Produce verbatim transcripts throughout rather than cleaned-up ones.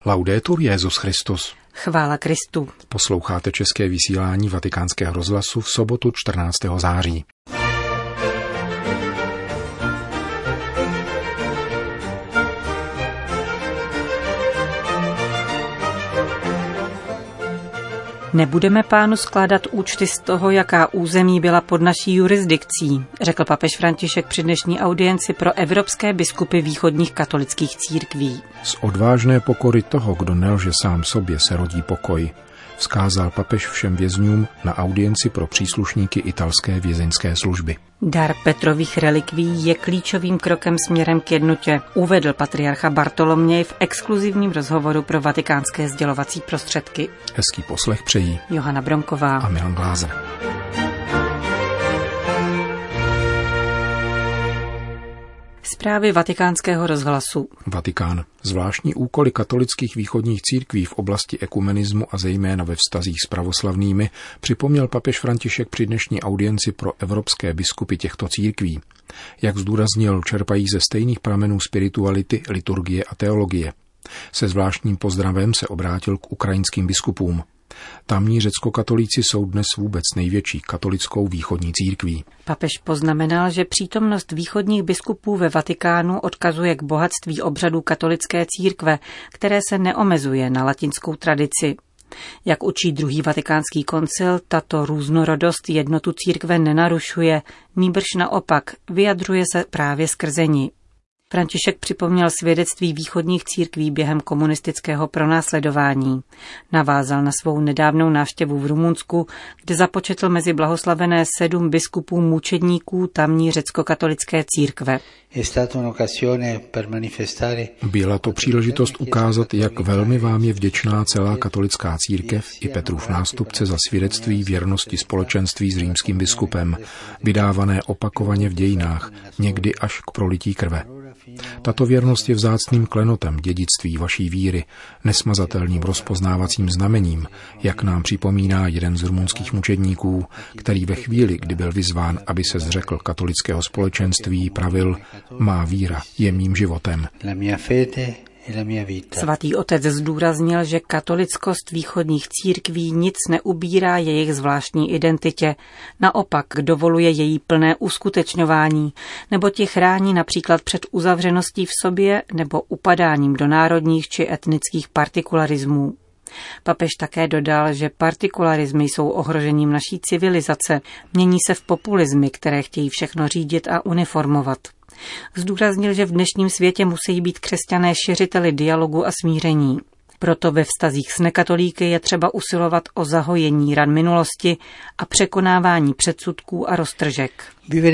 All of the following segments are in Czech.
Laudetur Jesus Christus. Chvála Kristu. Posloucháte české vysílání Vatikánského rozhlasu v sobotu čtrnáctého září. Nebudeme Pánu skládat účty z toho, jaká území byla pod naší jurisdikcí, řekl papež František při dnešní audienci pro evropské biskupy východních katolických církví. Z odvážné pokory toho, kdo nelže sám sobě, se rodí pokoj, vzkázal papež všem vězňům na audienci pro příslušníky italské vězeňské služby. Dar Petrových relikví je klíčovým krokem směrem k jednotě, uvedl patriarcha Bartoloměj v exkluzivním rozhovoru pro vatikánské sdělovací prostředky. Hezký poslech přejí Johana Bromková a Milan Glázer. Zprávy vatikánského rozhlasu. Vatikán. Zvláštní úkoly katolických východních církví v oblasti ekumenismu a zejména ve vztazích s pravoslavnými připomněl papež František při dnešní audienci pro evropské biskupy těchto církví. Jak zdůraznil, čerpají ze stejných pramenů spirituality, liturgie a teologie. Se zvláštním pozdravem se obrátil k ukrajinským biskupům. Tamní řeckokatolíci jsou dnes vůbec největší katolickou východní církví. Papež poznamenal, že přítomnost východních biskupů ve Vatikánu odkazuje k bohatství obřadů katolické církve, které se neomezuje na latinskou tradici. Jak učí druhý vatikánský koncil, tato různorodost jednotu církve nenarušuje, nýbrž naopak vyjadřuje se právě skrze ni. František připomněl svědectví východních církví během komunistického pronásledování. Navázal na svou nedávnou návštěvu v Rumunsku, kde započetl mezi blahoslavené sedm biskupů mučedníků tamní řeckokatolické církve. Byla to příležitost ukázat, jak velmi vám je vděčná celá katolická církev i Petrův nástupce za svědectví věrnosti společenství s římským biskupem, vydávané opakovaně v dějinách, někdy až k prolití krve. Tato věrnost je vzácným klenotem dědictví vaší víry, nesmazatelným rozpoznávacím znamením, jak nám připomíná jeden z rumunských mučedníků, který ve chvíli, kdy byl vyzván, aby se zřekl katolického společenství, pravil: má víra je mým životem. Svatý otec zdůraznil, že katolickost východních církví nic neubírá jejich zvláštní identitě, naopak dovoluje její plné uskutečňování, nebo ti chrání například před uzavřeností v sobě nebo upadáním do národních či etnických partikularismů. Papež také dodal, že partikularismy jsou ohrožením naší civilizace, mění se v populizmy, které chtějí všechno řídit a uniformovat. Zdůraznil, že v dnešním světě musí být křesťané šiřiteli dialogu a smíření. Proto ve vztazích s nekatolíky je třeba usilovat o zahojení ran minulosti a překonávání předsudků a roztržek.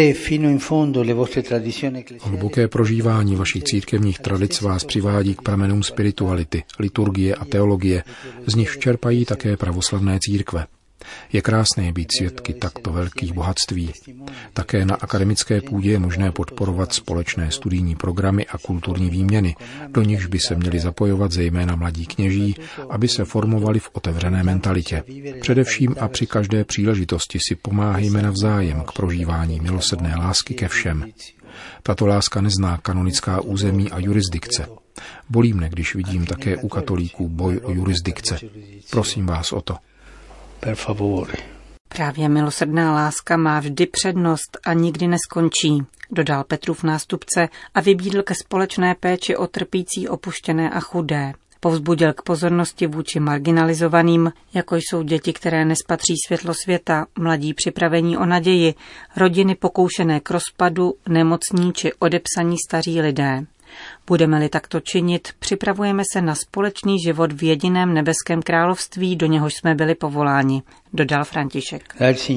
Hluboké prožívání vašich církevních tradic vás přivádí k pramenům spirituality, liturgie a teologie, z nich čerpají také pravoslavné církve. Je krásné být svědky takto velkých bohatství. Také na akademické půdě je možné podporovat společné studijní programy a kulturní výměny, do nichž by se měli zapojovat zejména mladí kněží, aby se formovali v otevřené mentalitě. Především a při každé příležitosti si pomáhejme navzájem k prožívání milosrdné lásky ke všem. Tato láska nezná kanonická území a jurisdikce. Bolí mne, když vidím také u katolíků boj o jurisdikce. Prosím vás o to. Právě milosrdná láska má vždy přednost a nikdy neskončí, dodal Petrův nástupce a vybídl ke společné péči o trpící, opuštěné a chudé. Povzbudil k pozornosti vůči marginalizovaným, jako jsou děti, které nespatří světlo světa, mladí připravení o naději, rodiny pokoušené k rozpadu, nemocní či odepsaní staří lidé. Budeme-li takto činit, připravujeme se na společný život v jediném nebeském království, do něhož jsme byli povoláni, dodal František.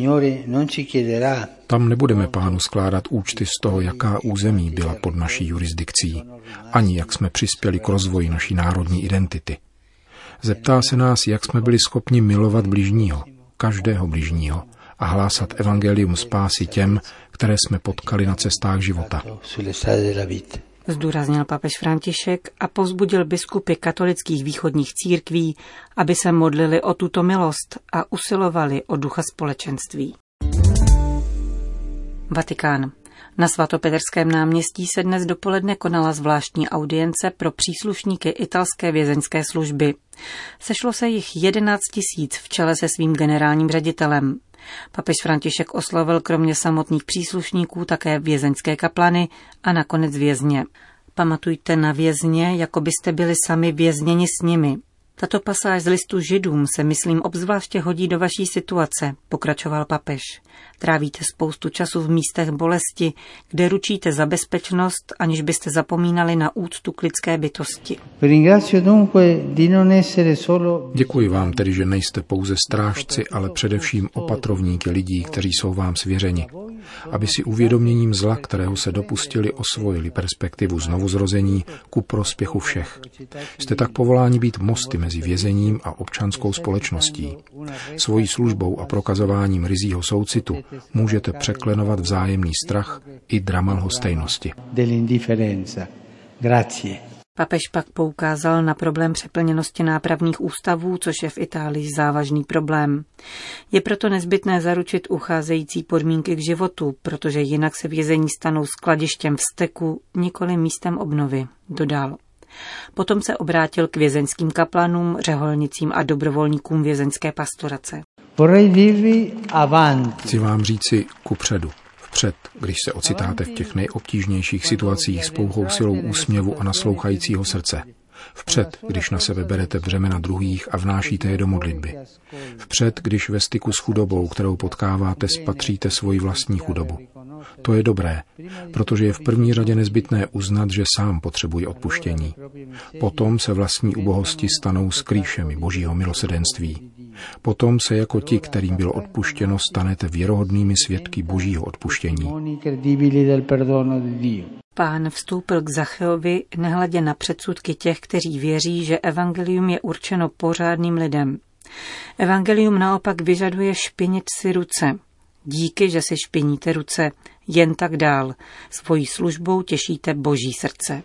Tam nebudeme Pánu skládat účty z toho, jaká území byla pod naší jurisdikcí, ani jak jsme přispěli k rozvoji naší národní identity. Zeptá se nás, jak jsme byli schopni milovat bližního, každého bližního, a hlásat evangelium spásy těm, které jsme potkali na cestách života. Zdůraznil papež František a povzbudil biskupy katolických východních církví, aby se modlili o tuto milost a usilovali o ducha společenství. Vatikán. Na svatopetrském náměstí se dnes dopoledne konala zvláštní audience pro příslušníky italské vězeňské služby. Sešlo se jich jedenáct tisíc v čele se svým generálním ředitelem. Papež František oslovil kromě samotných příslušníků také vězeňské kaplany a nakonec vězně. Pamatujte na vězně, jako byste byli sami vězněni s nimi. Tato pasáž z listu Židům se, myslím, obzvláště hodí do vaší situace, pokračoval papež. Trávíte spoustu času v místech bolesti, kde ručíte za bezpečnost, aniž byste zapomínali na úctu k lidské bytosti. Děkuji vám tedy, že nejste pouze strážci, ale především opatrovníky lidí, kteří jsou vám svěřeni, aby si uvědoměním zla, kterého se dopustili, osvojili perspektivu znovuzrození ku prospěchu všech. Jste tak povoláni být mosty mezi vězením a občanskou společností. Svojí službou a prokazováním ryzího soucitu můžete překlenovat vzájemný strach i drama lhostejnosti. Papež pak poukázal na problém přeplněnosti nápravných ústavů, což je v Itálii závažný problém. Je proto nezbytné zaručit ucházející podmínky k životu, protože jinak se vězení stanou skladištěm vzteku, nikoli místem obnovy, dodal. Potom se obrátil k vězeňským kaplanům, řeholnicím a dobrovolníkům vězeňské pastorace. Chci vám říci kupředu, vpřed, když se ocitáte v těch nejobtížnějších situacích s pouhou silou úsměvu a naslouchajícího srdce. Vpřed, když na sebe berete břemena druhých a vnášíte je do modlitby. Vpřed, když ve styku s chudobou, kterou potkáváte, spatříte svoji vlastní chudobu. To je dobré, protože je v první řadě nezbytné uznat, že sám potřebuje odpuštění. Potom se vlastní ubohosti stanou skrýšemi Božího milosrdenství. Potom se jako ti, kterým bylo odpuštěno, stanete věrohodnými svědky Božího odpuštění. Pán vstoupil k Zacheovi, nehledě na předsudky těch, kteří věří, že evangelium je určeno pořádným lidem. Evangelium naopak vyžaduje špinit si ruce. Díky, že si špiníte ruce, jen tak dál. Svojí službou těšíte Boží srdce.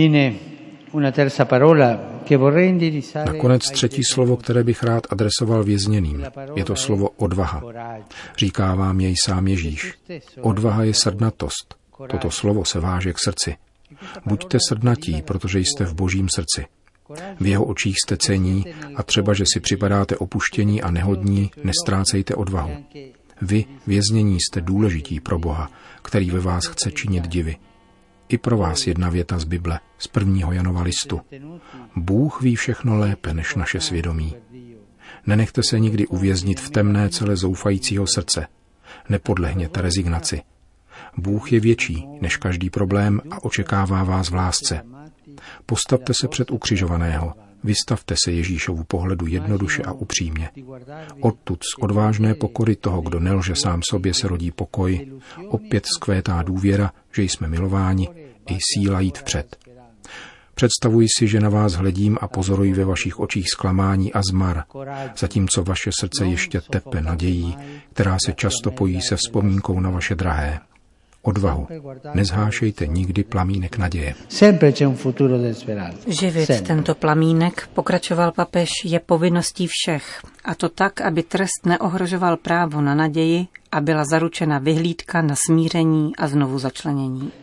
Nakonec třetí slovo, které bych rád adresoval vězněným, je to slovo odvaha. Říká vám jej sám Ježíš. Odvaha je srdnatost. Toto slovo se váže k srdci. Buďte srdnatí, protože jste v Božím srdci. V jeho očích jste cenní a třeba, že si připadáte opuštění a nehodní, nestrácejte odvahu. Vy, věznění, jste důležití pro Boha, který ve vás chce činit divy. I pro vás jedna věta z Bible, z prvního Janova listu. Bůh ví všechno lépe než naše svědomí. Nenechte se nikdy uvěznit v temné cele zoufajícího srdce. Nepodlehněte rezignaci. Bůh je větší než každý problém a očekává vás v lásce. Postavte se před ukřižovaného, vystavte se Ježíšovu pohledu jednoduše a upřímně. Odtud z odvážné pokory toho, kdo nelže sám sobě, se rodí pokoj, opět vzkvétá důvěra, že jsme milováni, i síla jít vpřed. Představuji si, že na vás hledím a pozoruji ve vašich očích zklamání a zmar, zatímco vaše srdce ještě tepe nadějí, která se často pojí se vzpomínkou na vaše drahé. Odvahu. Nezhášejte nikdy plamínek naděje. Živit tento plamínek, pokračoval papež, je povinností všech. A to tak, aby trest neohrožoval právo na naději a byla zaručena vyhlídka na smíření a znovu začlenění.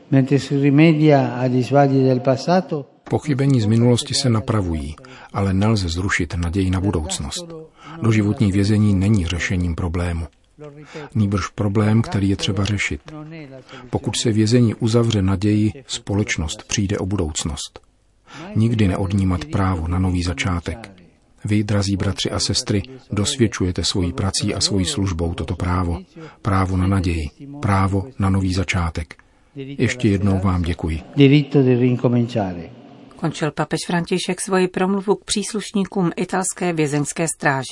Pochybení z minulosti se napravují, ale nelze zrušit naději na budoucnost. Doživotní vězení není řešením problému. Nýbrž problém, který je třeba řešit. Pokud se vězení uzavře naději, společnost přijde o budoucnost. Nikdy neodnímat právo na nový začátek. Vy, drazí bratři a sestry, dosvědčujete svojí prací a svojí službou toto právo. Právo na naději. Právo na nový začátek. Ještě jednou vám děkuji. Končil papež František svoji promluvu k příslušníkům italské vězeňské stráže.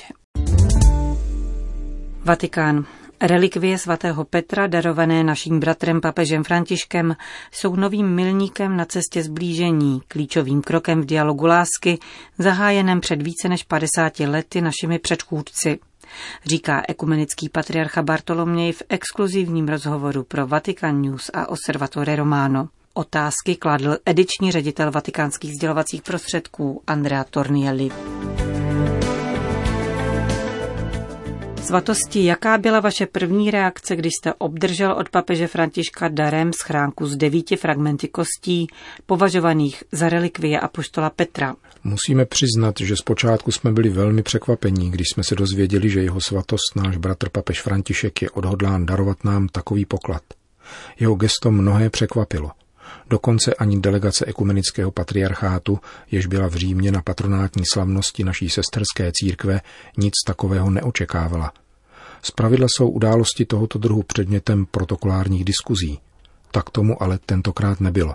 Vatikán. Relikvie svatého Petra, darované naším bratrem papežem Františkem, jsou novým milníkem na cestě zblížení, klíčovým krokem v dialogu lásky, zahájeném před více než padesáti lety našimi předchůdci, říká ekumenický patriarcha Bartoloměj v exkluzivním rozhovoru pro Vatican News a Osservatore Romano. Otázky kladl ediční ředitel vatikánských sdělovacích prostředků Andrea Tornielli. Svatosti, jaká byla vaše první reakce, když jste obdržel od papeže Františka darem schránku z devíti fragmenty kostí, považovaných za relikvie apoštola Petra? Musíme přiznat, že zpočátku jsme byli velmi překvapení, když jsme se dozvěděli, že jeho svatost, náš bratr papež František, je odhodlán darovat nám takový poklad. Jeho gesto mnohé překvapilo. Dokonce ani delegace ekumenického patriarchátu, jež byla v Římě na patronátní slavnosti naší sesterské církve, nic takového neočekávala. Zpravidla jsou události tohoto druhu předmětem protokolárních diskuzí. Tak tomu ale tentokrát nebylo.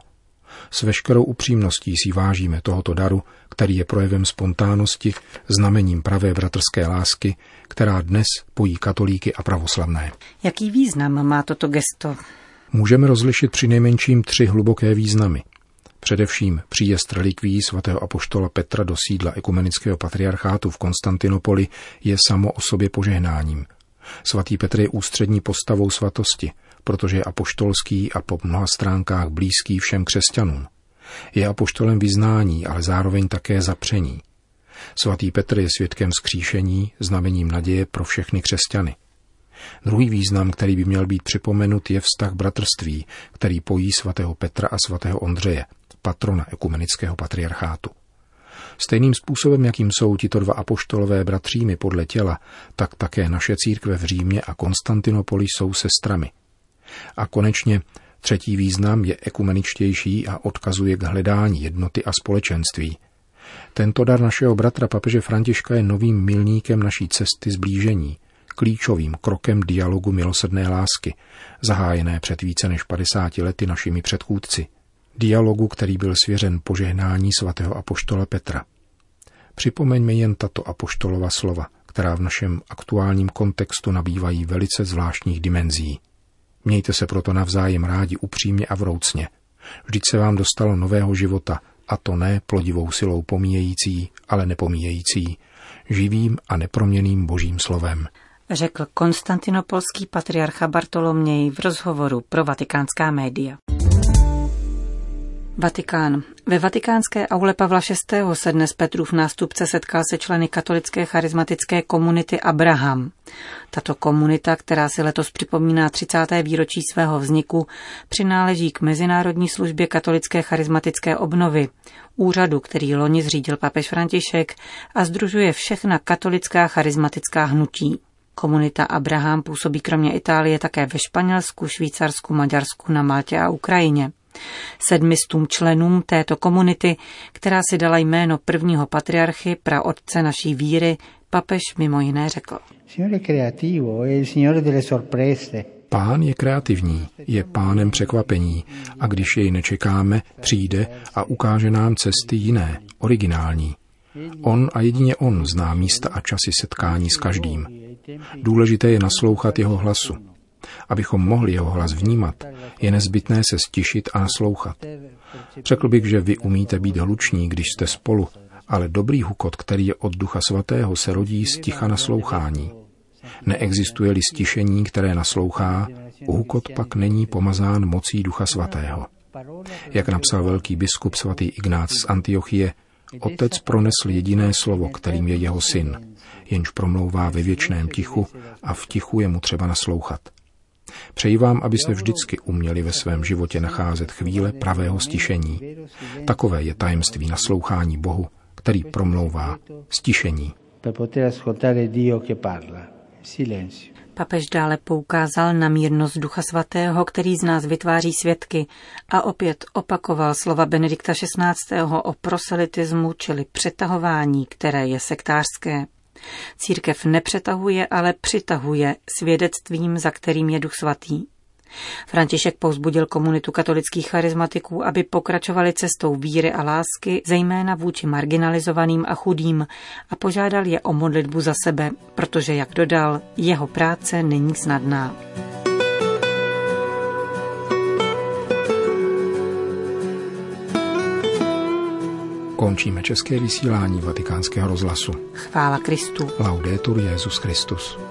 S veškerou upřímností si vážíme tohoto daru, který je projevem spontánnosti, znamením pravé bratrské lásky, která dnes pojí katolíky a pravoslavné. Jaký význam má toto gesto? Můžeme rozlišit přinejmenším tři hluboké významy. Především příjezd relikví svatého apoštola Petra do sídla ekumenického patriarchátu v Konstantinopoli je samo o sobě požehnáním. Svatý Petr je ústřední postavou svatosti, protože je apoštolský a po mnoha stránkách blízký všem křesťanům. Je apoštolem vyznání, ale zároveň také zapření. Svatý Petr je svědkem vzkříšení, znamením naděje pro všechny křesťany. Druhý význam, který by měl být připomenut, je vztah bratrství, který pojí svatého Petra a svatého Ondřeje, patrona ekumenického patriarchátu. Stejným způsobem, jakým jsou tito dva apoštolové bratřími podle těla, tak také naše církve v Římě a Konstantinopoli jsou sestrami. A konečně třetí význam je ekumeničtější a odkazuje k hledání jednoty a společenství. Tento dar našeho bratra papeže Františka je novým milníkem naší cesty zblížení, klíčovým krokem dialogu milosrdné lásky, zahájené před více než padesáti lety našimi předchůdci. Dialogu, který byl svěřen požehnání svatého apoštola Petra. Připomeňme jen tato apoštolova slova, která v našem aktuálním kontextu nabývají velice zvláštních dimenzí. Mějte se proto navzájem rádi upřímně a vroucně. Vždyť se vám dostalo nového života, a to ne plodivou silou pomíjející, ale nepomíjející, živým a neproměnným božím slovem, řekl konstantinopolský patriarcha Bartoloměj v rozhovoru pro vatikánská média. Vatikán. Ve vatikánské aule Pavla šestého se dnes Petrův nástupce setkal se členy katolické charismatické komunity Abraham. Tato komunita, která si letos připomíná třicáté výročí svého vzniku, přináleží k Mezinárodní službě katolické charismatické obnovy, úřadu, který loni zřídil papež František a sdružuje všechna katolická charismatická hnutí. Komunita Abraham působí kromě Itálie také ve Španělsku, Švýcarsku, Maďarsku, na Maltě a Ukrajině. Sedmistům členům této komunity, která si dala jméno prvního patriarchy, praotce naší víry, papež mimo jiné řekl. Pán je kreativní, je pánem překvapení a když jej nečekáme, přijde a ukáže nám cesty jiné, originální. On a jedině on zná místa a časy setkání s každým. Důležité je naslouchat jeho hlasu. Abychom mohli jeho hlas vnímat, je nezbytné se stišit a naslouchat. Řekl bych, že vy umíte být hluční, když jste spolu, ale dobrý hukot, který je od Ducha Svatého, se rodí z ticha naslouchání. Neexistuje-li stišení, které naslouchá, hukot pak není pomazán mocí Ducha Svatého. Jak napsal velký biskup svatý Ignác z Antiochie, Otec pronesl jediné slovo, kterým je jeho syn, jenž promlouvá ve věčném tichu a v tichu je mu třeba naslouchat. Přeji vám, abyste vždycky uměli ve svém životě nacházet chvíle pravého stišení. Takové je tajemství naslouchání Bohu, který promlouvá stišení. Papež dále poukázal na mírnost Ducha Svatého, který z nás vytváří svědky, a opět opakoval slova Benedikta šestnáctého o proselitismu, čili přetahování, které je sektářské. Církev nepřetahuje, ale přitahuje svědectvím, za kterým je Duch Svatý. František povzbudil komunitu katolických charismatiků, aby pokračovali cestou víry a lásky, zejména vůči marginalizovaným a chudým, a požádal je o modlitbu za sebe, protože, jak dodal, jeho práce není snadná. Končíme české vysílání Vatikánského rozhlasu. Chvála Kristu. Laudetur Jesus Christus.